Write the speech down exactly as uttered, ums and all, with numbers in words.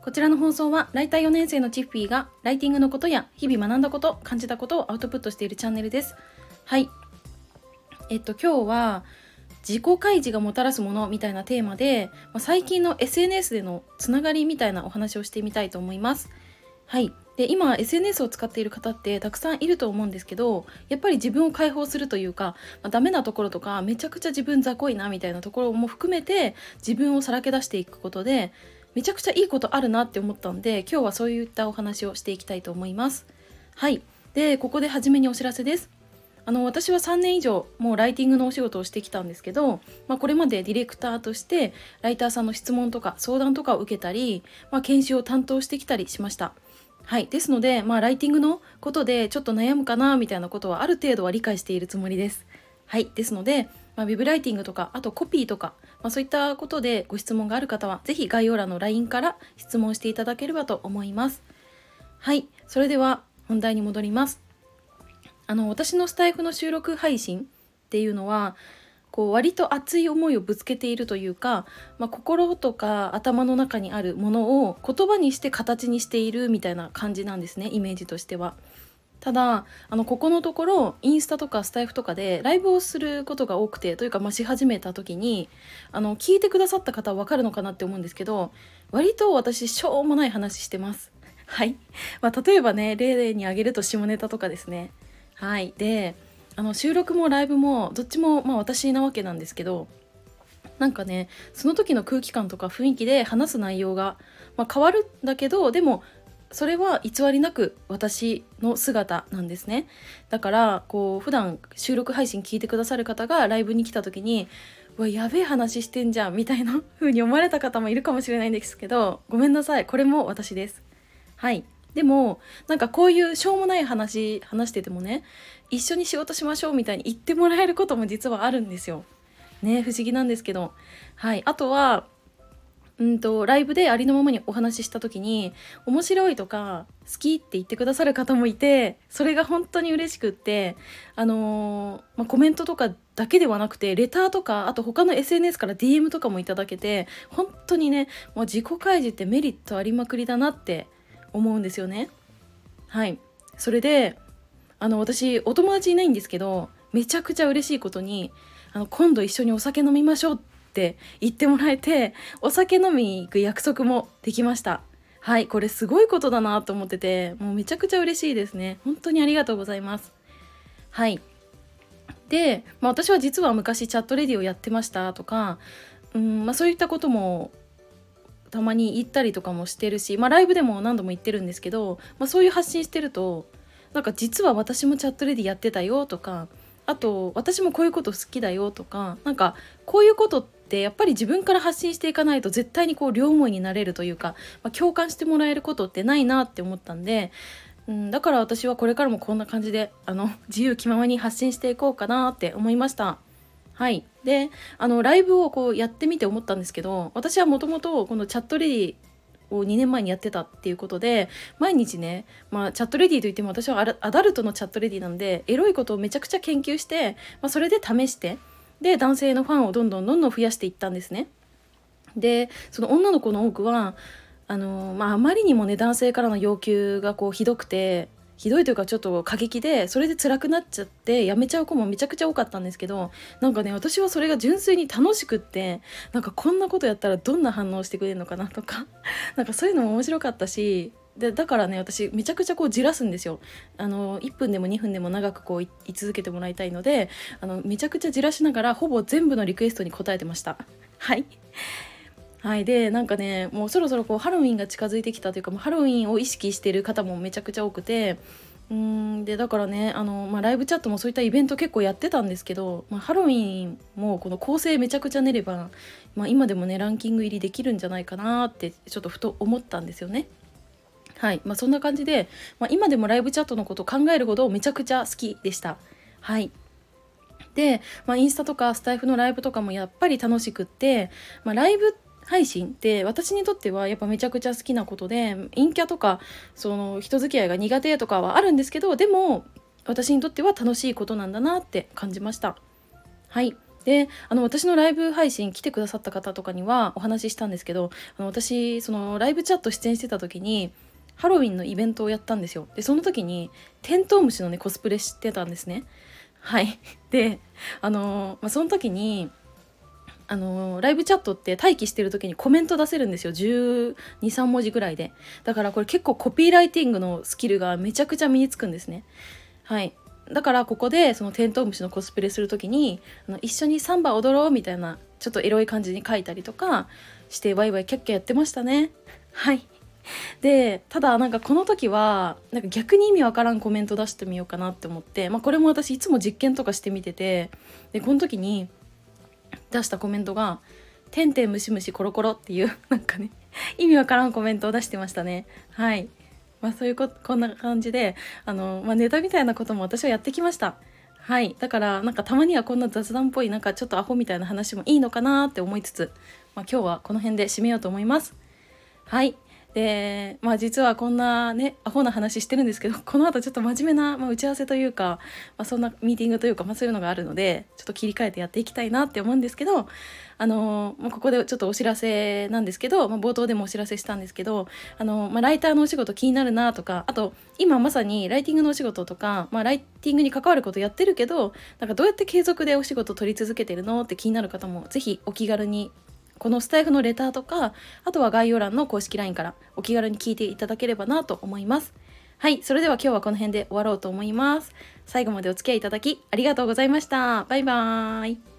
こちらの放送はライターよねん生のチッフィーがライティングのことや日々学んだこと、感じたことをアウトプットしているチャンネルです。はい。えっと今日は自己開示がもたらすものみたいなテーマで、まあ、最近の エスエヌエス でのつながりみたいなお話をしてみたいと思います。はい。で今 エスエヌエス を使っている方ってたくさんいると思うんですけど、やっぱり自分を解放するというか、まあ、ダメなところとかめちゃくちゃ自分雑魚いなみたいなところも含めて自分をさらけ出していくことでめちゃくちゃいいことあるなって思ったんで、今日はそういったお話をしていきたいと思います。はい。でここで初めにお知らせです。あの私はさんねん以上もうライティングのお仕事をしてきたんですけど、まあ、これまでディレクターとしてライターさんの質問とか相談とかを受けたり、まあ、研修を担当してきたりしました。はい、ですので、まあ、ライティングのことでちょっと悩むかなみたいなことはある程度は理解しているつもりです。はい、ですので、まあ、ウェブライティングとかあとコピーとか、まあ、そういったことでご質問がある方はぜひ概要欄の ライン から質問していただければと思います。はい、それでは本題に戻ります。あの私のスタイフの収録配信っていうのはこう割と熱い思いをぶつけているというか、まあ、心とか頭の中にあるものを言葉にして形にしているみたいな感じなんですね、イメージとしては。ただあのここのところインスタとかスタイフとかでライブをすることが多くて、というか、まあ、し始めた時にあの聞いてくださった方は分かるのかなって思うんですけど、割と私しょうもない話してます。はい、まあ、例えばね、例に挙げると下ネタとかですね。はい。であの収録もライブもどっちもまあ私なわけなんですけど、なんかねその時の空気感とか雰囲気で話す内容が、まあ、変わるんだけど、でもそれは偽りなく私の姿なんですね。だからこう普段収録配信聞いてくださる方がライブに来た時にうわやべえ話してんじゃんみたいな風に思われた方もいるかもしれないんですけど、ごめんなさい、これも私です。はい。でもなんかこういうしょうもない話話しててもね、一緒に仕事しましょうみたいに言ってもらえることも実はあるんですよ。ね、不思議なんですけど。はい。あとはうんとライブでありのままにお話しした時に面白いとか好きって言ってくださる方もいて、それが本当に嬉しくって、あのーまあ、コメントとかだけではなくてレターとかあと他の エスエヌエス から ディーエム とかもいただけて、本当にねもう自己開示ってメリットありまくりだなって思うんですよね。はい。それであの私お友達いないんですけど、めちゃくちゃ嬉しいことにあの今度一緒にお酒飲みましょうって言ってもらえて、お酒飲みに行く約束もできました。はい、これすごいことだなと思ってて、もうめちゃくちゃ嬉しいですね。本当にありがとうございます。はい。で、まあ、私は実は昔チャットレディをやってましたとか、うん、まあ、そういったこともたまに言ったりとかもしてるし、まあ、ライブでも何度も言ってるんですけど、まあ、そういう発信してるとなんか実は私もチャットレディやってたよとか、あと私もこういうこと好きだよとか、なんかこういうことってやっぱり自分から発信していかないと絶対にこう両思いになれるというか、まあ、共感してもらえることってないなって思ったんで、うん、だから私はこれからもこんな感じであの自由気ままに発信していこうかなって思いました。はい。で、あのライブをこうやってみて思ったんですけど、私はもともとこのチャットレディをにねんまえにやってたっていうことで、毎日ね、まあ、チャットレディといっても私はアラアダルトのチャットレディなんで、エロいことをめちゃくちゃ研究して、まあ、それで試して、で男性のファンをどんどんどんどん増やしていったんですね。でその女の子の多くはあの、まあ、あまりにもね男性からの要求がこうひどくて、ひどいというかちょっと過激で、それで辛くなっちゃってやめちゃう子もめちゃくちゃ多かったんですけど、なんかね私はそれが純粋に楽しくって、なんかこんなことやったらどんな反応してくれるのかなとかなんかそういうのも面白かったし、でだからね私めちゃくちゃこうじらすんですよ。あのいっぷんでもにふんでも長くこういい続けてもらいたいので、あのめちゃくちゃじらしながらほぼ全部のリクエストに答えてました。はい。はい。でなんかねもうそろそろこうハロウィンが近づいてきたというか、もうハロウィンを意識している方もめちゃくちゃ多くて、うーんでだからねあの、まあ、ライブチャットもそういったイベント結構やってたんですけど、まあ、ハロウィンもこの構成めちゃくちゃ練れば、まあ、今でもねランキング入りできるんじゃないかなってちょっとふと思ったんですよね。はい。まあ、そんな感じで、まあ、今でもライブチャットのことを考えるほどめちゃくちゃ好きでした。はい。で、まあ、インスタとかスタイフのライブとかもやっぱり楽しくって、まあ、ライブ配信って私にとってはやっぱめちゃくちゃ好きなことで、陰キャとかその人付き合いが苦手とかはあるんですけど、でも私にとっては楽しいことなんだなって感じました。はい。 であの私のライブ配信来てくださった方とかにはお話ししたんですけど、あの私そのライブチャット出演してた時にハロウィンのイベントをやったんですよ。でその時にテントウムシのねコスプレしてたんですね。はいであの、まあ、その時にあのライブチャットって待機してる時にコメント出せるんですよ。じゅうに、さん文字ぐらいで。だからこれ結構コピーライティングのスキルがめちゃくちゃ身につくんですね。はいだからここでそのテントウムシのコスプレする時にあの一緒にサンバ踊ろうみたいなちょっとエロい感じに書いたりとかしてワイワイキャッキャやってましたね。はいでただなんかこの時はなんか逆に意味わからんコメント出してみようかなって思って、まあ、これも私いつも実験とかしてみてて、でこの時に出したコメントがてんてんむしむしコロコロっていうなんかね意味わからんコメントを出してましたね。はいまあそういうここんな感じであの、まあ、ネタみたいなことも私はやってきました。はいだからなんかたまにはこんな雑談っぽいなんかちょっとアホみたいな話もいいのかなって思いつつ、まあ、今日はこの辺で締めようと思います。はいでまあ実はこんなねアホな話してるんですけど、この後ちょっと真面目な、まあ、打ち合わせというか、まあ、そんなミーティングというか、まあ、そういうのがあるのでちょっと切り替えてやっていきたいなって思うんですけど、あのーまあ、ここでちょっとお知らせなんですけど、まあ、冒頭でもお知らせしたんですけど、あのーまあ、ライターのお仕事気になるなとか、あと今まさにライティングのお仕事とか、まあ、ライティングに関わることやってるけどなんかどうやって継続でお仕事取り続けてるのって気になる方もぜひお気軽にこのスタイフのレターとか、あとは概要欄の公式 ライン からお気軽に聞いていただければなと思います。はい、それでは今日はこの辺で終わろうと思います。最後までお付き合いいただきありがとうございました。バイバーイ。